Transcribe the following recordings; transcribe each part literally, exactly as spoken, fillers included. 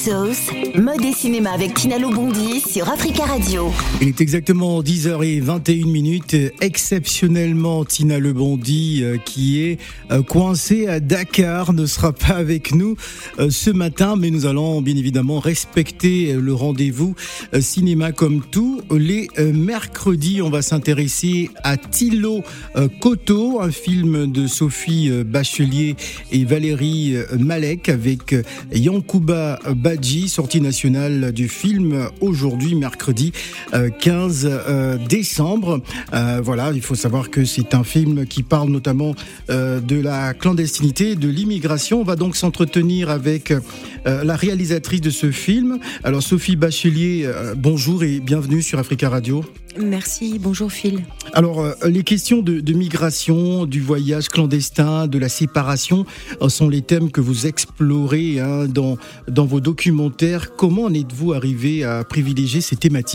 Sauce, mode et cinéma avec Tina Lobondi sur Africa Radio. Il est exactement dix heures vingt et une minutes. Exceptionnellement, Tina Lobondi, euh, qui est euh, coincée à Dakar, ne sera pas avec nous euh, ce matin, mais nous allons bien évidemment respecter le rendez-vous euh, cinéma comme tous les euh, mercredis. On va s'intéresser à Thilo euh, Koto, un film de Sophie euh, Bachelier et Valérie euh, Malek avec euh, Yankouba Badji, sortie nationale du film aujourd'hui, mercredi euh, quinze décembre. Euh, voilà, il faut savoir que c'est un film qui parle notamment euh, de la clandestinité, de l'immigration. On va donc s'entretenir avec euh, la réalisatrice de ce film. Alors Sophie Bachelier, euh, bonjour et bienvenue sur Africa Radio. Merci, bonjour Phil. Alors, euh, les questions de, de migration, du voyage clandestin, de la séparation euh, sont les thèmes que vous explorez hein, dans, dans vos documentaires. Comment en êtes-vous arrivé à privilégier ces thématiques ?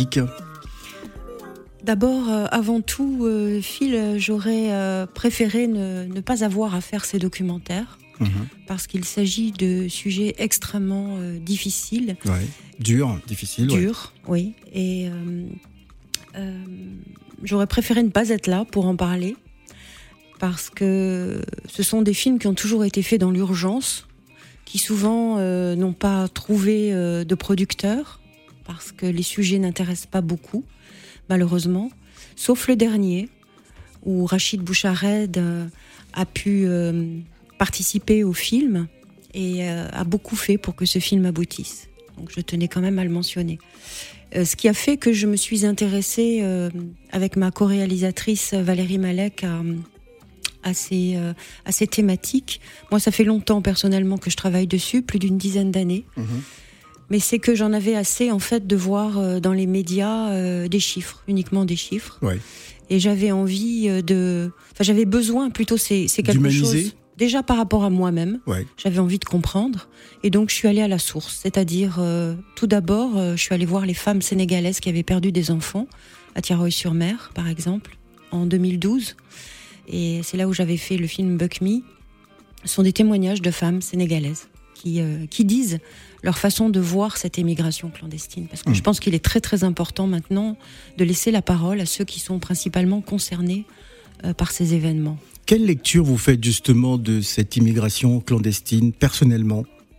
D'abord, euh, avant tout, euh, Phil, j'aurais euh, préféré ne, ne pas avoir à faire ces documentaires. Mmh. Parce qu'il s'agit de sujets extrêmement euh, difficiles. Ouais. Dur, difficile. Dur, ouais. Oui. Et... Euh, Euh, j'aurais préféré ne pas être là pour en parler parce que ce sont des films qui ont toujours été faits dans l'urgence, qui souvent euh, n'ont pas trouvé euh, de producteurs parce que les sujets n'intéressent pas beaucoup, malheureusement, sauf le dernier où Rachid Bouchareb euh, a pu euh, participer au film et euh, a beaucoup fait pour que ce film aboutisse. Donc je tenais quand même à le mentionner. Euh, ce qui a fait que je me suis intéressée euh, avec ma co-réalisatrice Valérie Malek à, à, ces, euh, à ces thématiques. Moi, ça fait longtemps personnellement que je travaille dessus, plus d'une dizaine d'années. Mmh. Mais c'est que j'en avais assez en fait de voir euh, dans les médias euh, des chiffres, uniquement des chiffres. Ouais. Et j'avais envie de, enfin j'avais besoin plutôt c'est, c'est quelque D'humaniser. chose. Déjà par rapport à moi-même, ouais. J'avais envie de comprendre. Et donc, je suis allée à la source. C'est-à-dire, euh, tout d'abord, euh, je suis allée voir les femmes sénégalaises qui avaient perdu des enfants, à Thiaroye-sur-Mer, par exemple, en deux mille douze. Et c'est là où j'avais fait le film Buck Me. Ce sont des témoignages de femmes sénégalaises qui, euh, qui disent leur façon de voir cette émigration clandestine. Parce que mmh. je pense qu'il est très, très important maintenant de laisser la parole à ceux qui sont principalement concernés euh, par ces événements. Quelle lecture vous faites justement de cette immigration clandestine, personnellement ?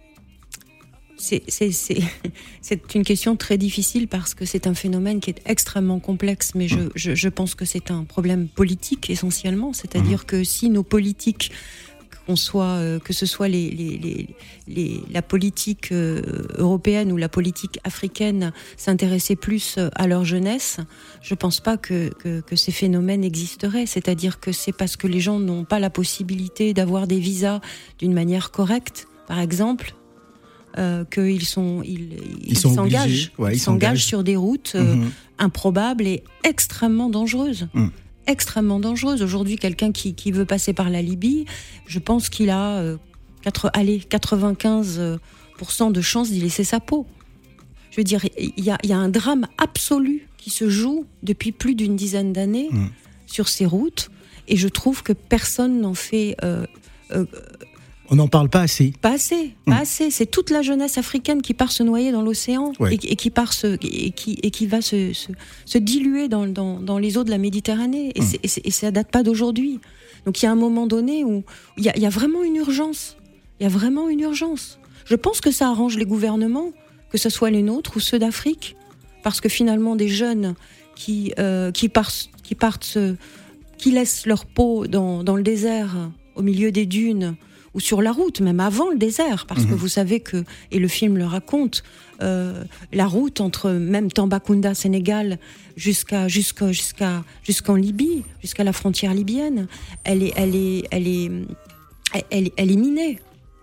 c'est, c'est, c'est, c'est une question très difficile parce que c'est un phénomène qui est extrêmement complexe, mais je, mmh. je, je pense que c'est un problème politique essentiellement. C'est-à-dire mmh. que si nos politiques, qu'on soit, euh, que ce soit les, les, les, les, la politique euh, européenne ou la politique africaine s'intéressaient plus à leur jeunesse, je ne pense pas que, que, que ces phénomènes existeraient. C'est-à-dire que c'est parce que les gens n'ont pas la possibilité d'avoir des visas d'une manière correcte, par exemple, euh, qu'ils sont, ils, ils, ils sont s'engagent, ouais, ils ils s'engagent s'engagent. sur des routes euh, mmh. improbables et extrêmement dangereuses. Mmh. extrêmement dangereuse. Aujourd'hui, quelqu'un qui, qui veut passer par la Libye, je pense qu'il a euh, quatre, allez, quatre-vingt-quinze pour cent de chances d'y laisser sa peau. Je veux dire, il y a, y a un drame absolu qui se joue depuis plus d'une dizaine d'années mmh. sur ces routes, et je trouve que personne n'en fait... Euh, euh, On n'en parle pas assez. Pas assez, pas mmh. assez. C'est toute la jeunesse africaine qui part se noyer dans l'océan ouais. et, et, qui part se, et, qui, et qui va se, se, se diluer dans, dans, dans les eaux de la Méditerranée. Et, mmh. c'est, et, c'est, et ça date pas d'aujourd'hui. Donc il y a un moment donné où il y a, il y a vraiment une urgence. Il y a vraiment une urgence. Je pense que ça arrange les gouvernements, que ce soit les nôtres ou ceux d'Afrique, parce que finalement des jeunes qui, euh, qui, partent, qui, partent se, qui laissent leur peau dans, dans le désert, au milieu des dunes, ou sur la route, même avant le désert, parce mmh. que vous savez que, et le film le raconte, euh, la route entre même Tambacounda, Sénégal, jusqu'à, jusqu'à, jusqu'à, jusqu'en Libye, jusqu'à la frontière libyenne, elle est, elle est, elle est, elle, elle, elle est minée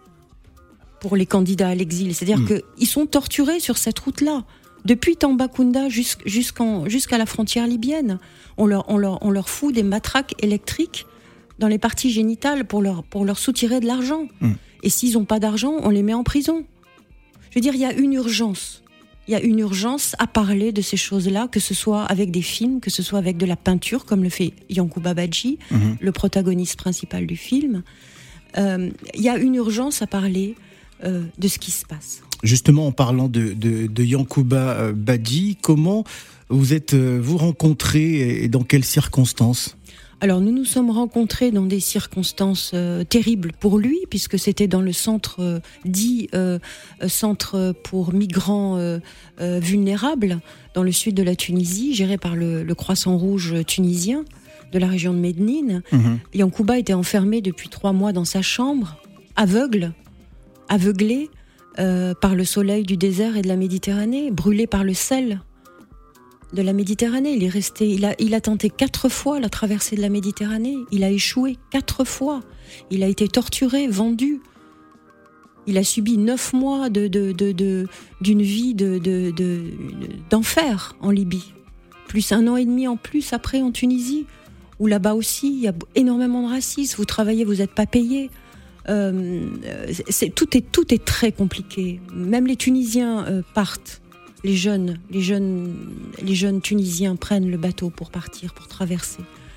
pour les candidats à l'exil. C'est-à-dire mmh. qu'ils sont torturés sur cette route-là. Depuis Tambacounda jusqu'en, jusqu'à la frontière libyenne, on leur, on leur, on leur fout des matraques électriques dans les parties génitales pour leur, pour leur soutirer de l'argent. Mmh. Et s'ils n'ont pas d'argent, on les met en prison. Je veux dire, il y a une urgence. Il y a une urgence à parler de ces choses-là, que ce soit avec des films, que ce soit avec de la peinture, comme le fait Yankouba Badji, mmh. le protagoniste principal du film. Euh, il y a une urgence à parler euh, de ce qui se passe. Justement, en parlant de, de, de Yankuba Badji, comment vous êtes vous rencontrés et dans quelles circonstances ? Alors nous nous sommes rencontrés dans des circonstances euh, terribles pour lui, puisque c'était dans le centre euh, dit euh, centre pour migrants euh, euh, vulnérables dans le sud de la Tunisie, géré par le, le Croissant Rouge tunisien de la région de Médine. Mmh. Yankuba était enfermé depuis trois mois dans sa chambre, aveugle, aveuglé euh, par le soleil du désert et de la Méditerranée, brûlé par le sel de la Méditerranée. Il est resté, il a, il a tenté quatre fois la traversée de la Méditerranée. Il a échoué quatre fois. Il a été torturé, vendu. Il a subi neuf mois de, de, de, de, d'une vie de, de, de, d'enfer en Libye. Plus un an et demi en plus après en Tunisie, où là-bas aussi, il y a énormément de racisme. Vous travaillez, vous n'êtes pas payé. Euh, c'est, tout, est, tout est très compliqué. Même les Tunisiens euh, partent. Les jeunes, les jeunes, les jeunes Tunisiens prennent le bateau pour partir, pour traverser.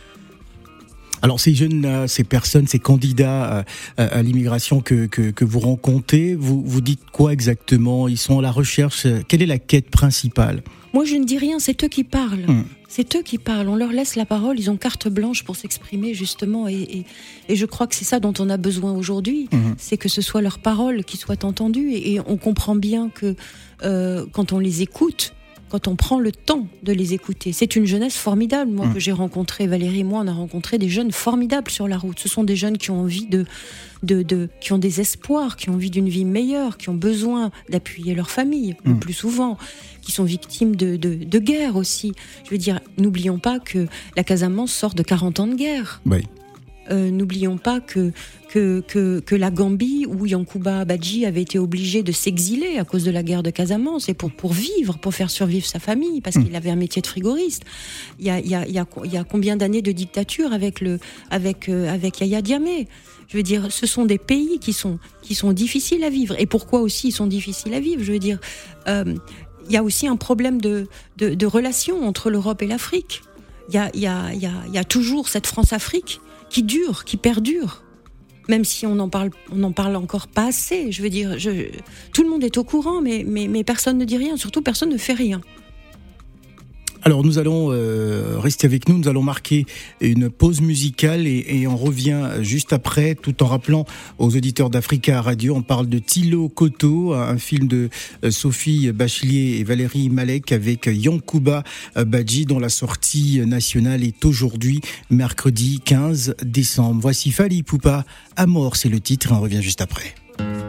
Alors ces jeunes, ces personnes, ces candidats à, à l'immigration que, que, que vous rencontrez, vous, vous dites quoi exactement ? Ils sont à la recherche. Quelle est la quête principale ? Moi, je ne dis rien, c'est eux qui parlent. Mmh. C'est eux qui parlent, on leur laisse la parole, ils ont carte blanche pour s'exprimer justement, et, et, et je crois que c'est ça dont on a besoin aujourd'hui, mmh. c'est que ce soit leurs paroles qui soient entendues, et, et on comprend bien que euh, quand on les écoute, quand on prend le temps de les écouter, c'est une jeunesse formidable, moi mmh. que j'ai rencontré, Valérie et moi, on a rencontré des jeunes formidables sur la route, ce sont des jeunes qui ont envie de, de, de qui ont des espoirs, qui ont envie d'une vie meilleure, qui ont besoin d'appuyer leur famille, mmh. le plus souvent, qui sont victimes de, de, de guerre aussi. Je veux dire, n'oublions pas que la Casamance sort de quarante ans de guerre. Oui. Euh, n'oublions pas que, que, que, que la Gambie, où Yankuba Badji avait été obligé de s'exiler à cause de la guerre de Casamance, et pour, pour vivre, pour faire survivre sa famille, parce mmh. qu'il avait un métier de frigoriste. Il y a, il y a, il y a, il y a combien d'années de dictature avec, le, avec, euh, avec Yaya Diamé ? Je veux dire, ce sont des pays qui sont, qui sont difficiles à vivre. Et pourquoi aussi ils sont difficiles à vivre ? Je veux dire... Euh, il y a aussi un problème de, de, de relation entre l'Europe et l'Afrique. Il y a, il y a, il y a, il y a toujours cette France-Afrique qui dure, qui perdure, même si on en parle, on en parle encore pas assez. Je veux dire, je, tout le monde est au courant, mais, mais, mais personne ne dit rien, surtout personne ne fait rien. Alors nous allons euh, rester avec nous, nous allons marquer une pause musicale et, et on revient juste après, tout en rappelant aux auditeurs d'Africa Radio, on parle de Thilo Koto, un film de euh, Sophie Bachelier et Valérie Malek avec Yankuba Badji, dont la sortie nationale est aujourd'hui, mercredi quinze décembre. Voici Fally Ipupa, Amor, c'est le titre, et on revient juste après.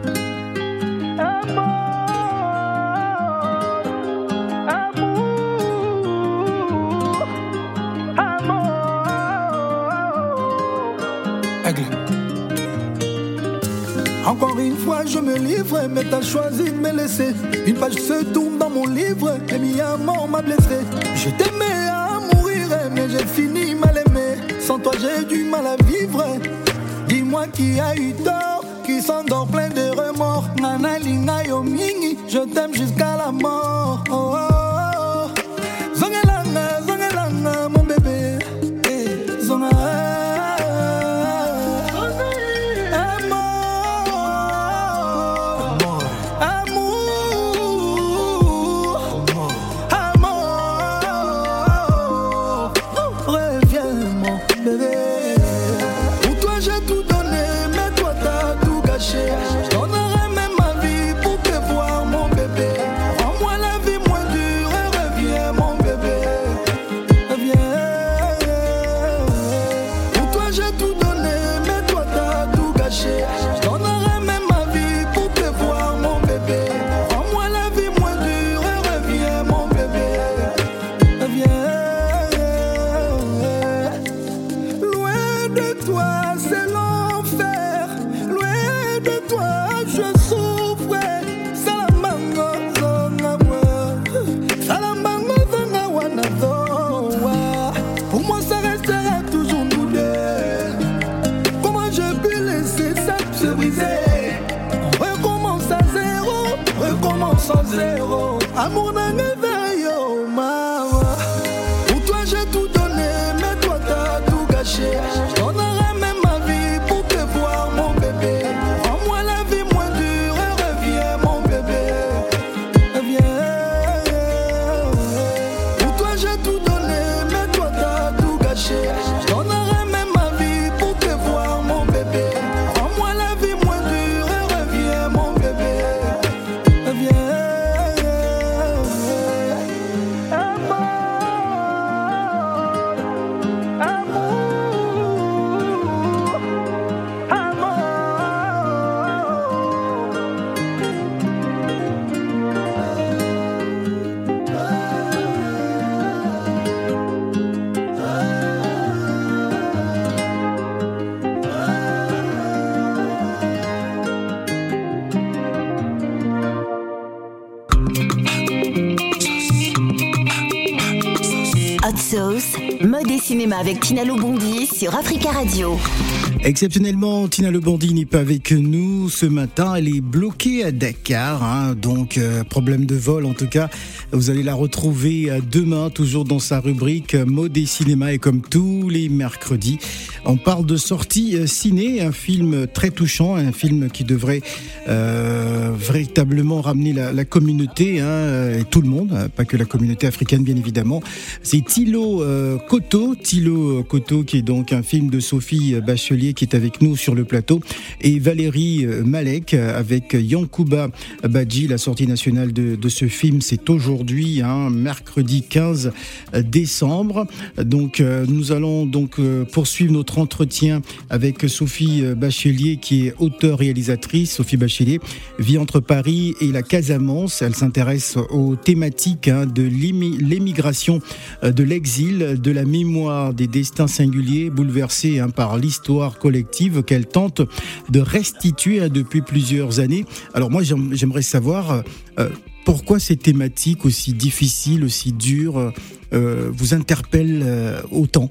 Encore une fois je me livre, mais t'as choisi de me laisser. Une page se tourne dans mon livre, et mi amour m'a blessé. Je t'aimais à mourir, mais j'ai fini mal aimé. Sans toi j'ai du mal à vivre. Dis-moi qui a eu tort, qui s'endort plein de remords. Nana linga yo mingi, je t'aime jusqu'à la mort. Oh, oh, oh. Zongelanga, zongelanga, mon bébé. Hey, zonga. Amour d'un éveil, oh maman. Pour toi j'ai tout donné, mais toi t'as tout gâché. Je donnerai même ma vie pour te voir mon bébé. Rends-moi la vie moins dure et reviens mon bébé. Sauce, mode et cinéma avec Tina Lobondi sur Africa Radio. Exceptionnellement, Tina Lobondi n'est pas avec nous ce matin. Elle est bloquée à Dakar, hein, donc euh, problème de vol en tout cas. Vous allez la retrouver demain, toujours dans sa rubrique mode et cinéma. Et comme tous les mercredis, on parle de sortie ciné, un film très touchant, un film qui devrait euh, véritablement ramener la, la communauté, hein, et tout le monde, pas que la communauté africaine bien évidemment. C'est Thilo euh, Koto, Thilo Koto qui est donc un film de Sophie Bachelier qui est avec nous sur le plateau, et Valérie Malek avec Yankouba Badji. La sortie nationale de, de ce film, c'est aujourd'hui, hein, mercredi quinze décembre. Donc euh, nous allons donc euh, poursuivre notre entretien avec Sophie Bachelier qui est auteure-réalisatrice. Sophie Bachelier vit entre Paris et la Casamance. Elle s'intéresse aux thématiques, hein, de l'émigration, de l'exil, de la mémoire, des destins singuliers bouleversés, hein, par l'histoire collective qu'elle tente de restituer, hein, depuis plusieurs années. Alors moi j'aimerais savoir euh, pourquoi ces thématiques aussi difficiles, aussi dures, euh, vous interpellent euh, autant.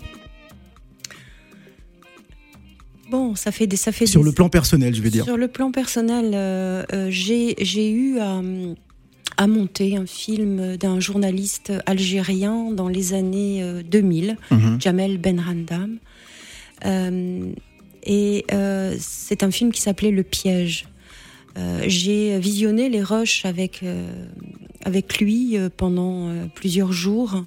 Bon, ça fait des, ça fait sur des... le plan personnel, je veux dire. Sur le plan personnel, euh, euh, j'ai j'ai eu à, à monter un film d'un journaliste algérien dans les années deux mille, mmh. Jamel Benrandam. Euh, et euh, c'est un film qui s'appelait Le Piège. Euh, j'ai visionné les rushs avec euh, avec lui euh, pendant euh, plusieurs jours.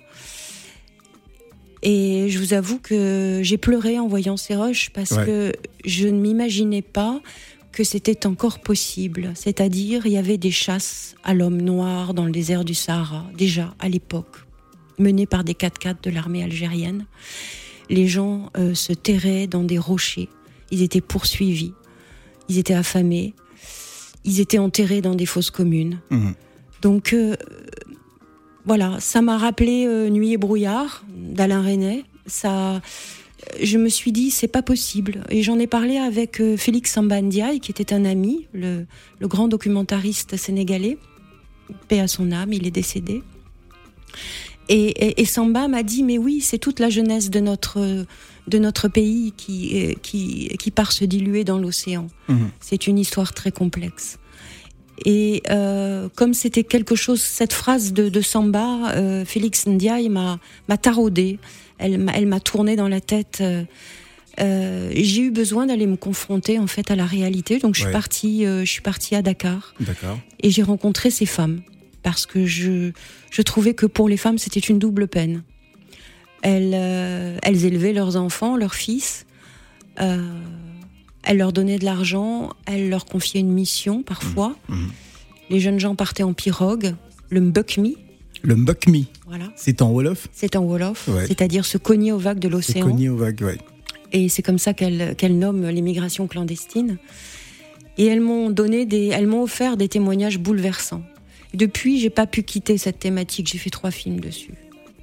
Et je vous avoue que j'ai pleuré en voyant ces rushs parce ouais. que je ne m'imaginais pas que c'était encore possible. C'est-à-dire, il y avait des chasses à l'homme noir dans le désert du Sahara, déjà à l'époque, menées par des quatre-quatre de l'armée algérienne. Les gens euh, se terraient dans des rochers, ils étaient poursuivis, ils étaient affamés, ils étaient enterrés dans des fosses communes. Mmh. Donc... Euh, Voilà, ça m'a rappelé euh, Nuit et brouillard d'Alain Resnais. Ça, je me suis dit c'est pas possible. Et j'en ai parlé avec euh, Félix Samba Ndiaye, qui était un ami, le, le grand documentariste sénégalais. Paix à son âme, il est décédé. Et, et, et Samba m'a dit mais oui, c'est toute la jeunesse de notre de notre pays qui qui qui part se diluer dans l'océan. Mmh. C'est une histoire très complexe. Et euh, comme c'était quelque chose, cette phrase de, de Samba, euh, Félix Ndiaye m'a, m'a taraudée, elle m'a, elle m'a tourné dans la tête. Euh, euh, j'ai eu besoin d'aller me confronter en fait à la réalité, donc je suis ouais. partie, euh, je suis partie à Dakar. D'accord. Et j'ai rencontré ces femmes parce que je, je trouvais que pour les femmes c'était une double peine. Elles, euh, elles élevaient leurs enfants, leurs fils. Euh, Elle leur donnait de l'argent, elle leur confiait une mission parfois. Mmh. Les jeunes gens partaient en pirogue, le mbokmi. Le mbokmi, voilà. C'est en Wolof. C'est en Wolof, ouais. C'est-à-dire se cogner aux vagues de l'océan. Se cogner aux vagues, ouais. Et c'est comme ça qu'elle, qu'elle nomme l'immigration clandestine. Et elles m'ont donné des, elles m'ont offert des témoignages bouleversants. Depuis, j'ai pas pu quitter cette thématique. J'ai fait trois films dessus.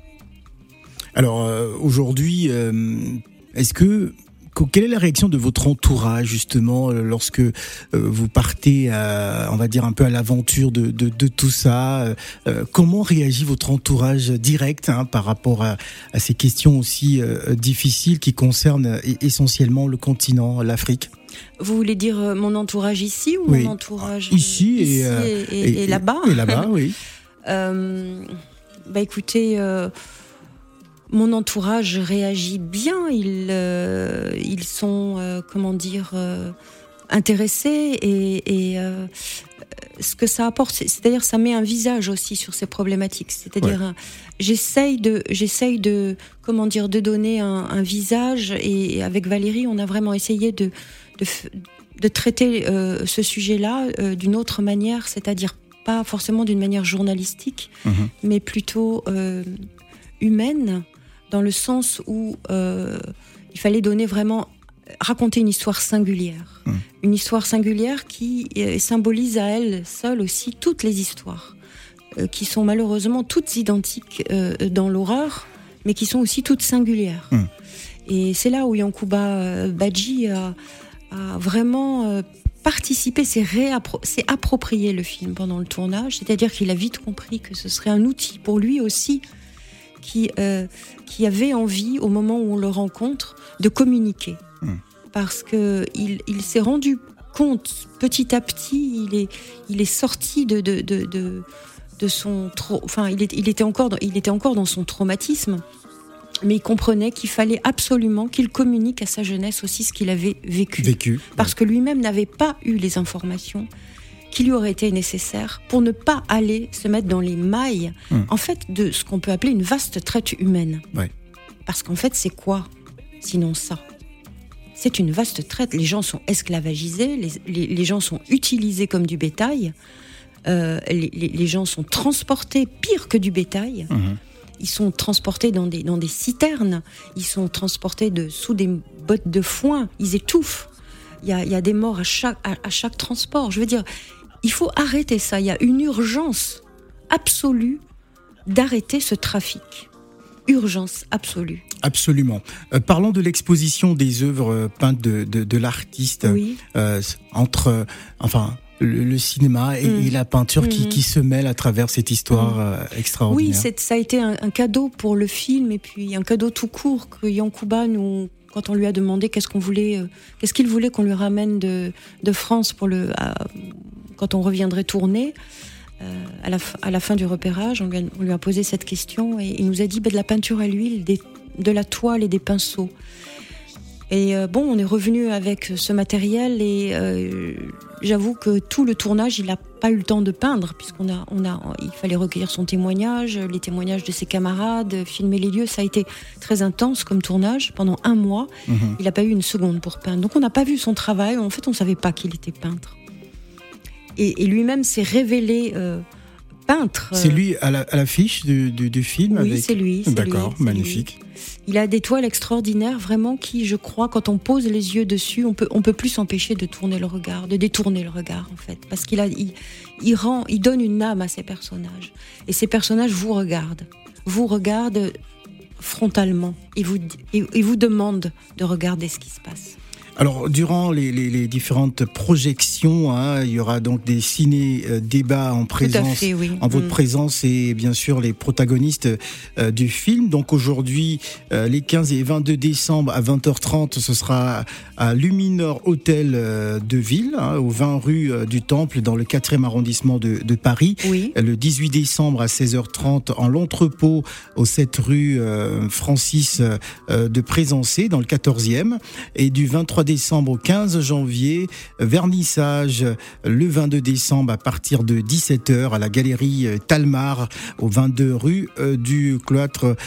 Alors euh, aujourd'hui, euh, est-ce que quelle est la réaction de votre entourage justement lorsque euh, vous partez, à, on va dire un peu à l'aventure de, de, de tout ça euh, comment réagit votre entourage direct, hein, par rapport à, à ces questions aussi euh, difficiles qui concernent essentiellement le continent, l'Afrique? Vous voulez dire euh, mon entourage ici ou oui. mon entourage ici, ici et, euh, et, et, et, et là-bas et là-bas, oui. euh, bah écoutez. Euh, Mon entourage réagit bien, ils, euh, ils sont, euh, comment dire, euh, intéressés et, et euh, ce que ça apporte, c'est-à-dire ça met un visage aussi sur ces problématiques. C'est-à-dire, ouais. j'essaye de, j'essaye de, comment dire, de donner un, un visage, et avec Valérie, on a vraiment essayé de, de, de traiter euh, ce sujet-là euh, d'une autre manière, c'est-à-dire pas forcément d'une manière journalistique, mmh. mais plutôt euh, humaine. Dans le sens où euh, il fallait donner vraiment, raconter une histoire singulière. Mmh. Une histoire singulière qui euh, symbolise à elle seule aussi toutes les histoires, euh, qui sont malheureusement toutes identiques euh, dans l'horreur, mais qui sont aussi toutes singulières. Mmh. Et c'est là où Yankouba Badji a, a vraiment euh, participé, s'est, réappro- s'est approprié le film pendant le tournage, c'est-à-dire qu'il a vite compris que ce serait un outil pour lui aussi, qui, euh, qui avait envie, au moment où on le rencontre, de communiquer. Mmh. Parce qu'il il s'est rendu compte, petit à petit, il est, il est sorti de, de, de, de, de son... Tra- enfin, il, est, il, était encore dans, il était encore dans son traumatisme, mais il comprenait qu'il fallait absolument qu'il communique à sa jeunesse aussi ce qu'il avait vécu. Vécu. Parce ouais. que lui-même n'avait pas eu les informations qui lui auraient été nécessaires pour ne pas aller se mettre dans les mailles, mmh. en fait, de ce qu'on peut appeler une vaste traite humaine. Ouais. Parce qu'en fait, c'est quoi, sinon ça ? C'est une vaste traite. Les gens sont esclavagisés, les, les, les gens sont utilisés comme du bétail, euh, les, les, les gens sont transportés pire que du bétail. Mmh. Ils sont transportés dans des, dans des citernes, ils sont transportés de, sous des bottes de foin, ils étouffent. Il y a, il y a des morts à chaque, à, à chaque transport. Je veux dire, il faut arrêter ça. Il y a une urgence absolue d'arrêter ce trafic. Urgence absolue. Absolument. Euh, parlons de l'exposition des œuvres peintes de, de, de l'artiste oui. euh, entre, euh, enfin, le, le cinéma et, mmh. et la peinture mmh. qui, qui se mêlent à travers cette histoire mmh. euh, extraordinaire. Oui, c'est, ça a été un, un cadeau pour le film et puis un cadeau tout court que Yankuba nous, quand on lui a demandé qu'est-ce qu'on voulait, euh, qu'est-ce qu'il voulait qu'on lui ramène de, de France pour le, à, quand on reviendrait tourner. Euh, à, la, à la fin du repérage, on lui a, on lui a posé cette question et il nous a dit bah, de la peinture à l'huile, des, de la toile et des pinceaux. Et euh, bon, on est revenu avec ce matériel et euh, j'avoue que tout le tournage, il n'a pas eu le temps de peindre puisqu'on a, on a, il fallait recueillir son témoignage, les témoignages de ses camarades, filmer les lieux. Ça a été très intense comme tournage pendant un mois. Mmh. Il n'a pas eu une seconde pour peindre. Donc on n'a pas vu son travail. En fait, on ne savait pas qu'il était peintre. Et, et lui-même s'est révélé euh, peintre. C'est lui à, la, à l'affiche du, du, du film. Oui, avec... c'est lui. C'est D'accord, lui, c'est magnifique. Lui. Il a des toiles extraordinaires, vraiment, qui, je crois, quand on pose les yeux dessus, on peut, on peut plus s'empêcher de tourner le regard, de détourner le regard, en fait, parce qu'il a, il, il rend, il donne une âme à ses personnages, et ces personnages vous regardent, vous regardent frontalement, et vous, et, et vous demandent de regarder ce qui se passe. Alors, durant les, les, les différentes projections, hein, il y aura donc des ciné-débats en présence, fait, oui. en votre mmh. présence et bien sûr les protagonistes euh, du film. Donc aujourd'hui, euh, les quinze et vingt-deux décembre à vingt heures trente, ce sera à Luminor Hôtel euh, de Ville, hein, au vingt rue euh, du Temple, dans le quatrième arrondissement de, de Paris. Oui. Le dix-huit décembre à seize heures trente, en l'entrepôt, au sept rue euh, Francis euh, de Présencé, dans le quatorzième. Et du vingt-trois décembre au quinze janvier, vernissage le vingt-deux décembre à partir de dix-sept heures à la galerie Talmar au vingt-deux rue du Cloître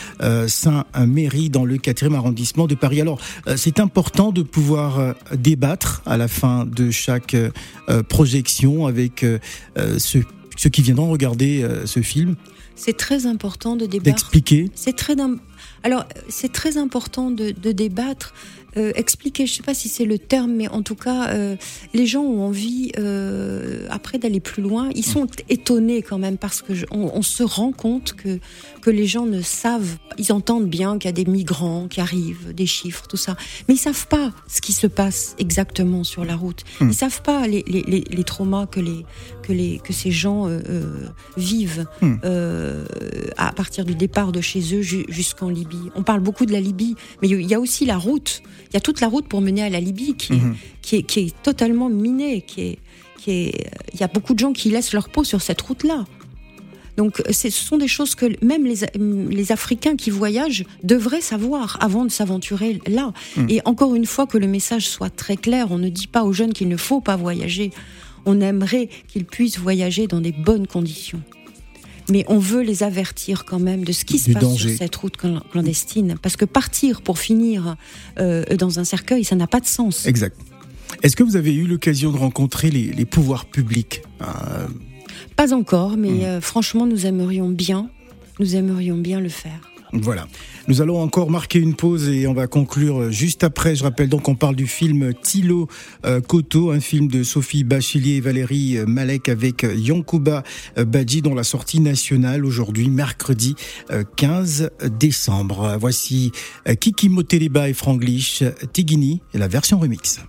Saint-Méry dans le quatrième arrondissement de Paris. Alors, c'est important de pouvoir débattre à la fin de chaque projection avec ceux, ceux qui viendront regarder ce film. C'est très important de débattre. D'expliquer. C'est très, alors, c'est très important de, de débattre. Euh, expliquer, je ne sais pas si c'est le terme, mais en tout cas, euh, les gens ont envie, euh, après, d'aller plus loin. Ils sont étonnés quand même parce que je, on, on se rend compte que que les gens ne savent. Ils entendent bien qu'il y a des migrants qui arrivent, des chiffres, tout ça, mais ils savent pas ce qui se passe exactement sur la route. Mmh. Ils savent pas les, les, les, les traumas que les que les que ces gens euh, euh, vivent mmh. euh, à partir du départ de chez eux jusqu'en Libye. On parle beaucoup de la Libye, mais il y a aussi la route. Il y a toute la route pour mener à la Libye qui est, mmh. qui est, qui est totalement minée. Qui est, qui est, il y a beaucoup de gens qui laissent leur peau sur cette route-là. Donc, ce sont des choses que même les, les Africains qui voyagent devraient savoir avant de s'aventurer là. Mmh. Et encore une fois, que le message soit très clair. On ne dit pas aux jeunes qu'il ne faut pas voyager. On aimerait qu'ils puissent voyager dans des bonnes conditions. Mais on veut les avertir quand même de ce qui se passe danger. Sur cette route clandestine. Parce que partir pour finir euh, dans un cercueil, ça n'a pas de sens. Exact. Est-ce que vous avez eu l'occasion de rencontrer les, les pouvoirs publics ? euh... Pas encore, mais mmh. euh, franchement, nous aimerions bien, nous aimerions bien le faire. Voilà. Nous allons encore marquer une pause et on va conclure juste après. Je rappelle donc qu'on parle du film Thilo euh, Koto, un film de Sophie Bachelier et Valérie Malek avec Yankuba Badji, dont la sortie nationale aujourd'hui, mercredi euh, quinze décembre. Voici euh, Kiki Moteleba et Franglish, Tigini et la version remix.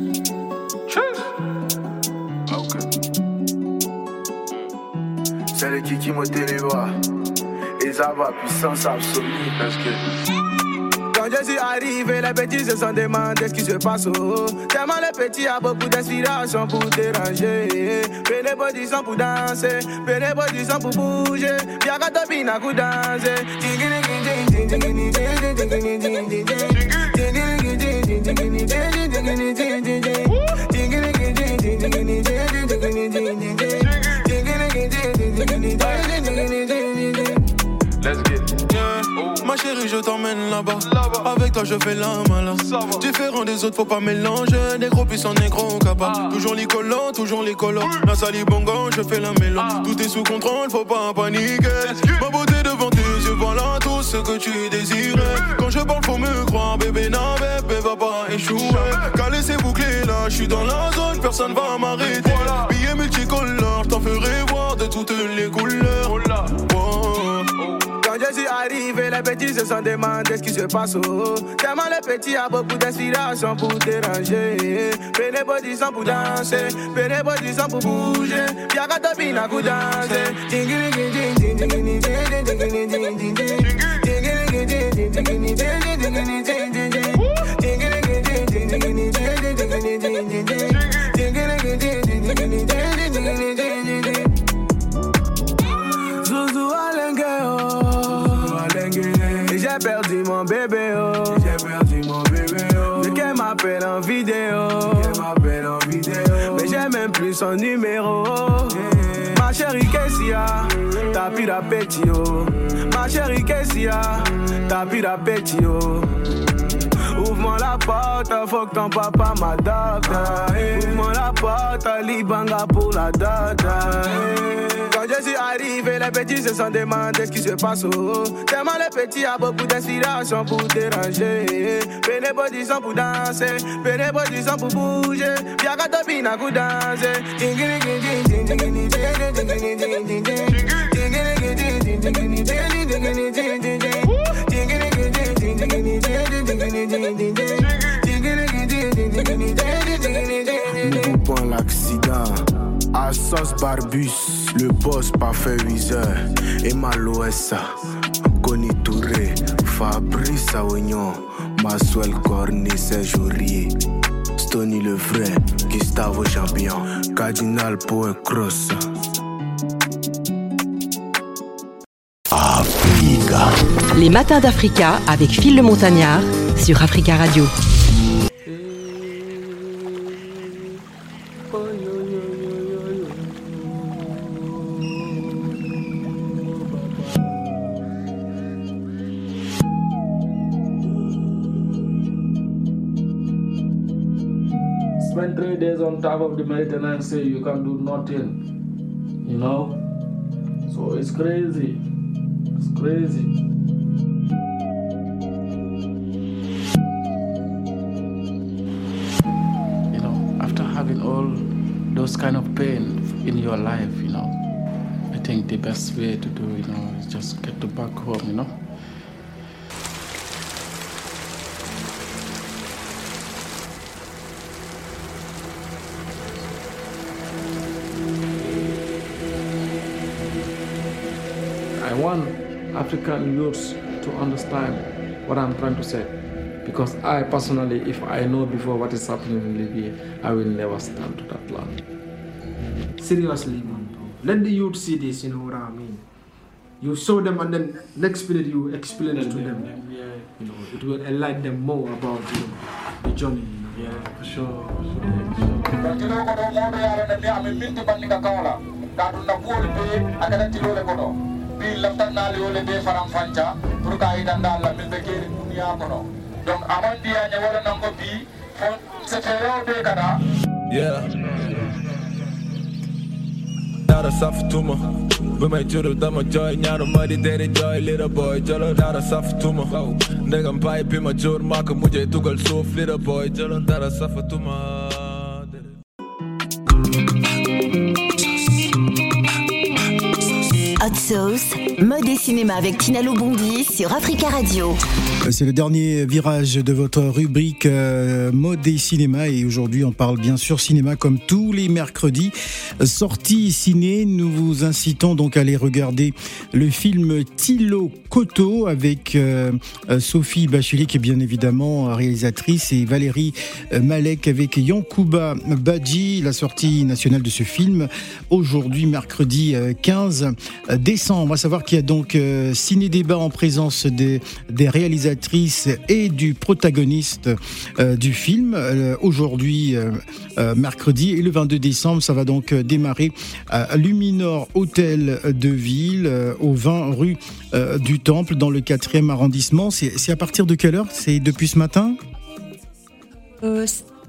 C'est m'ôter les bras. Et ça va, puissance absolue. Let's get. Quand je suis arrivé, les petits se sont demandé ce qui se passe. Oh. Tellement les petits a beaucoup d'inspiration pour déranger. Fais les body sont pour danser, fais les body sont pour bouger. Y'a qu'à topiner à coup danser. Let's get. Ma chérie, je t'emmène là-bas. là-bas. Avec toi, je fais la malin. Différent des autres, faut pas mélanger. Négro puissant, négro capable. Ah. Toujours les collants, toujours les collants. Oui. La sali bongo, je fais la mélo. Ah. Tout est sous contrôle, faut pas paniquer. Ma beauté devant tes yeux, voilà tout ce que tu désirais. Oui. Quand je parle, faut me croire, bébé, non, bébé, va pas échouer. Calé, c'est bouclé là, je suis dans la zone, personne va m'arrêter. Voilà. Billets multicolores, t'en ferai voir de toutes les couleurs. Oh là. Oh. Quand je suis arrivé, les petits se sont demandé ce qui se passe. Oh. Tellement les petits a beaucoup d'inspiration pour déranger. Fais les body sont pour danser, fais les body sont pour bouger. Y'a qu'à topiner à coup danser. Zouzou Alengue, oh. J'ai perdu mon bébé, oh. J'ai perdu mon bébé, oh. Mais qu'elle m'appelle en vidéo. Qu'elle m'appelle en vidéo. Mais j'ai même plus son numéro. Yeah. Ma chérie Kessia, t'as plus d'appétit, oh. Ma chérie Kessia, t'as plus d'appétit, oh. Ouvre-moi la porte, faut que ton papa m'adopte. Ouvre-moi la porte, Libanga pour la dot. Quand je suis arrivé, les petits se sont demandé ce qui se passe. Oh. Tellement les petits a beaucoup d'inspiration pour déranger. Fais les body sont pour danser, fais les body sont pour bouger. Y'a qu'à topiner à coup danser. Nous coupons l'accident. Assos Barbus, le boss pas fait huit heures. Emalo Essa, Koni Touré, Fabrice Aoignon, Maswell Corny, Serge Aurier, Stony le vrai, Gustavo Champion, Cardinal Poe Cross. Africa. Les matins d'Africa avec Phil le Montagnard sur Africa Radio. Spend three days on top of the Mediterranean Sea, you can do nothing, you know? So it's crazy, it's crazy. You know, after having all those kind of pain in your life, you know, I think the best way to do, you know, is just get to back home, you know? I want African youths to understand what I'm trying to say. Because I personally, if I know before what is happening in Libya, I will never stand to that land. Seriously, man. Let the youth see this, you know what I mean? You show them and then next minute you explain it to them. them. Yeah. You know, it will enlighten them more about, you know, the journey, you know. Yeah, for sure. For sure. Bi laftan na le ole be faram fancha pour ka idanda la mil be keri dunia kono donc amon dia nya wala nango bi fon se fero be kada yeah dara saftuma we may juro dama joy nyaro mari dere joy little boy jolo dara saftuma ndegam pai pi ma jor mak mujhe tugal sof little boy jolo dara saftuma Hot Sauce Mode et cinéma avec Tina Lobondi sur Africa Radio. C'est le dernier virage de votre rubrique euh, Mode et cinéma et aujourd'hui on parle bien sûr cinéma comme tous les mercredis. Sortie ciné, nous vous incitons donc à aller regarder le film Tilo Koto avec euh, Sophie Bachelet qui est bien évidemment réalisatrice et Valérie Malek avec Yankuba Badji, la sortie nationale de ce film aujourd'hui mercredi quinze décembre. On va savoir qu'il y a donc euh, ciné-débat en présence des, des réalisatrices et du protagoniste euh, du film euh, aujourd'hui euh, euh, mercredi et le vingt-deux décembre ça va donc démarrer à Luminor Hôtel de Ville euh, au vingt rue euh, du Temple dans le quatrième arrondissement. C'est, c'est à partir de quelle heure? C'est depuis ce matin? euh,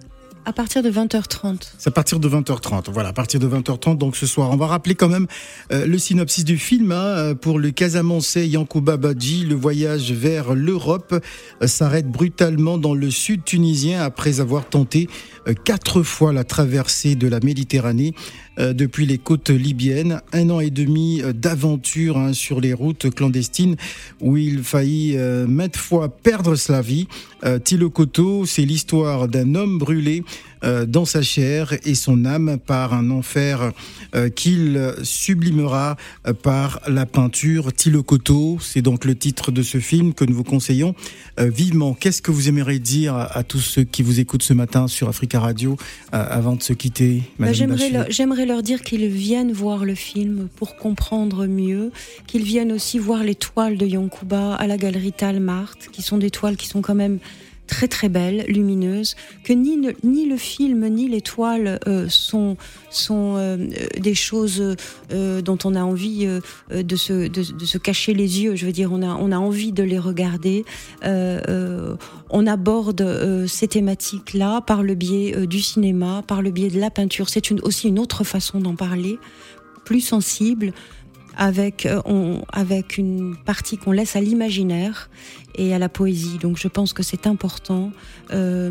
À partir de vingt heures trente. C'est à partir de vingt heures trente. Voilà, à partir de vingt heures trente, donc ce soir. On va rappeler quand même euh, le synopsis du film. Hein, pour le Casamançais Yankuba Badji, le voyage vers l'Europe euh, s'arrête brutalement dans le sud tunisien après avoir tenté euh, quatre fois la traversée de la Méditerranée euh, depuis les côtes libyennes. Un an et demi euh, d'aventure hein, sur les routes clandestines où il faillit euh, maintes fois perdre sa vie. Euh, Tilo Koto, c'est l'histoire d'un homme brûlé euh, dans sa chair et son âme par un enfer euh, qu'il sublimera euh, par la peinture. Tilo Koto, c'est donc le titre de ce film que nous vous conseillons euh, vivement. Qu'est-ce que vous aimeriez dire à, à tous ceux qui vous écoutent ce matin sur Africa Radio euh, avant de se quitter, bah, j'aimerais, leur, j'aimerais leur dire qu'ils viennent voir le film pour comprendre mieux, qu'ils viennent aussi voir les toiles de Yankuba à la galerie Talmart, qui sont des toiles qui sont quand même très très belles, lumineuses, que ni, ne, ni le film ni les toiles euh, sont, sont euh, des choses euh, dont on a envie euh, de, se, de, de se cacher les yeux. Je veux dire, on a, on a envie de les regarder. Euh, euh, on aborde euh, ces thématiques-là par le biais euh, du cinéma, par le biais de la peinture. C'est une, aussi une autre façon d'en parler, plus sensible, avec, euh, on, avec une partie qu'on laisse à l'imaginaire et à la poésie. Donc je pense que c'est important euh,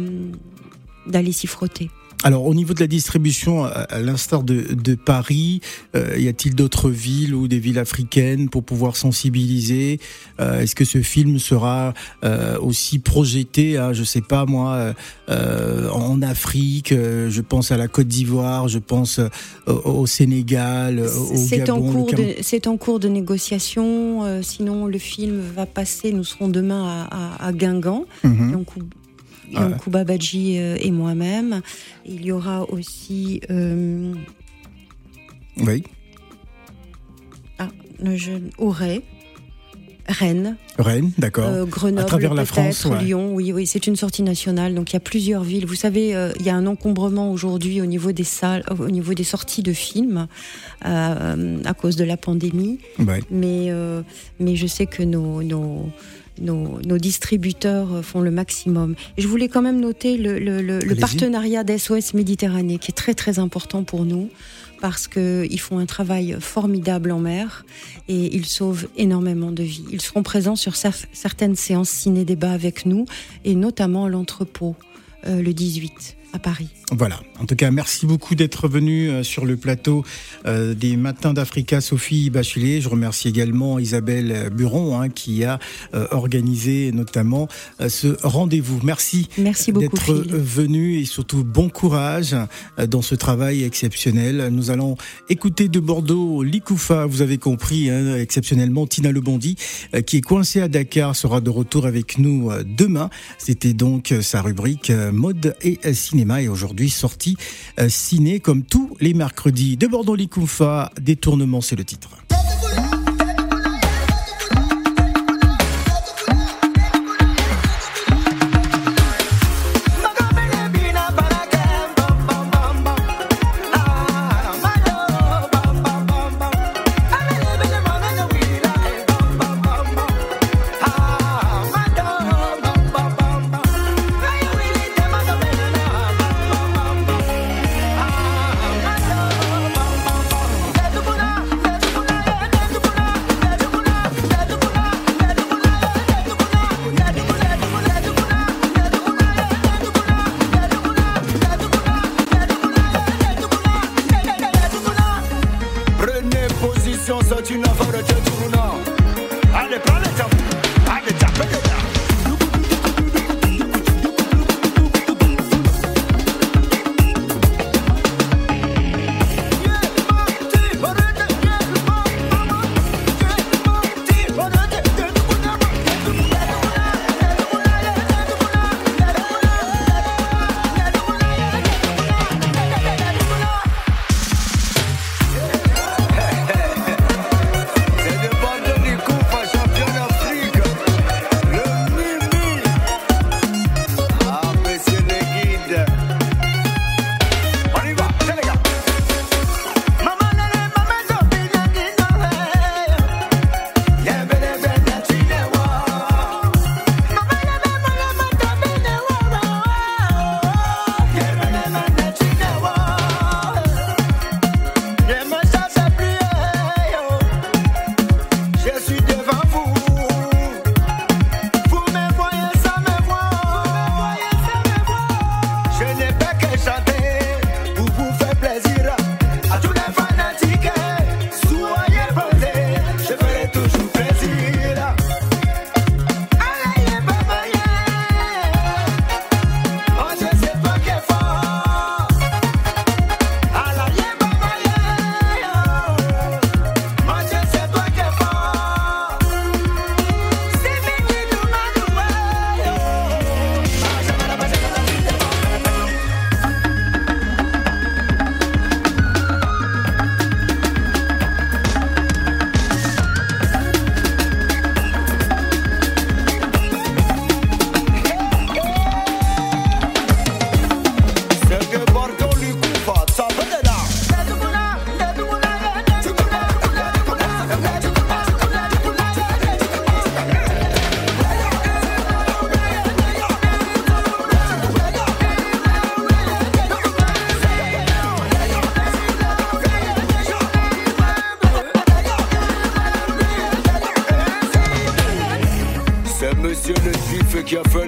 d'aller s'y frotter. Alors au niveau de la distribution, à l'instar de, de Paris, euh, y a-t-il d'autres villes ou des villes africaines pour pouvoir sensibiliser? euh, Est-ce que ce film sera euh, aussi projeté, hein, je sais pas moi, euh, en Afrique? euh, Je pense à la Côte d'Ivoire, je pense euh, au Sénégal, au c'est Gabon. En cours de, c'est en cours de négociation. Euh, sinon, le film va passer. Nous serons demain à, à, à Guingamp. Mm-hmm. Donc, Yankuba Badji et moi-même. Il y aura aussi... Euh... Oui. Ah, je... Auray, Rennes. Rennes, d'accord. Euh, Grenoble, à travers la France, ouais. Lyon, oui, oui, c'est une sortie nationale. Donc il y a plusieurs villes. Vous savez, euh, il y a un encombrement aujourd'hui au niveau des salles, au niveau des sorties de films euh, à cause de la pandémie. Ouais. Mais, euh, mais je sais que nos... nos Nos, nos distributeurs font le maximum. Et je voulais quand même noter le, le, le, le partenariat d'S O S Méditerranée qui est très très important pour nous parce qu'ils font un travail formidable en mer et ils sauvent énormément de vies. Ils seront présents sur certaines séances ciné-débat avec nous et notamment à l'entrepôt euh, le dix-huit à Paris. Voilà. En tout cas, merci beaucoup d'être venu euh, sur le plateau euh, des Matins d'Africa, Sophie Bachelet. Je remercie également Isabelle Buron hein, qui a euh, organisé notamment euh, ce rendez-vous. Merci, merci beaucoup, d'être Phil. venu et surtout bon courage euh, dans ce travail exceptionnel. Nous allons écouter de Bordeaux Likoufa, vous avez compris, hein, exceptionnellement Tina Lobondi euh, qui est coincée à Dakar sera de retour avec nous euh, demain. C'était donc euh, sa rubrique euh, mode et euh, cinéma. Et aujourd'hui sortie euh, ciné comme tous les mercredis. De Bordeaux Likoufa, Détournement, c'est le titre.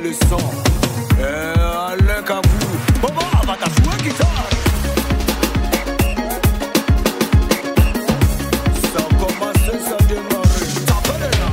le son. Eh, Alain Kabou. Bobo, va ta jouer guitare. Ça commence, ça démarre. Ça peut là.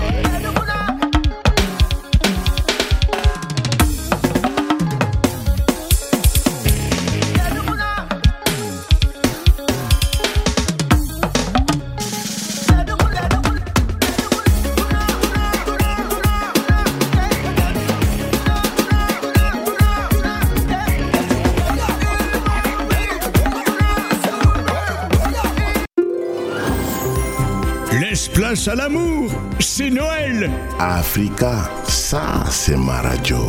Laisse place à l'amour, c'est Noël. Africa, ça c'est ma radio.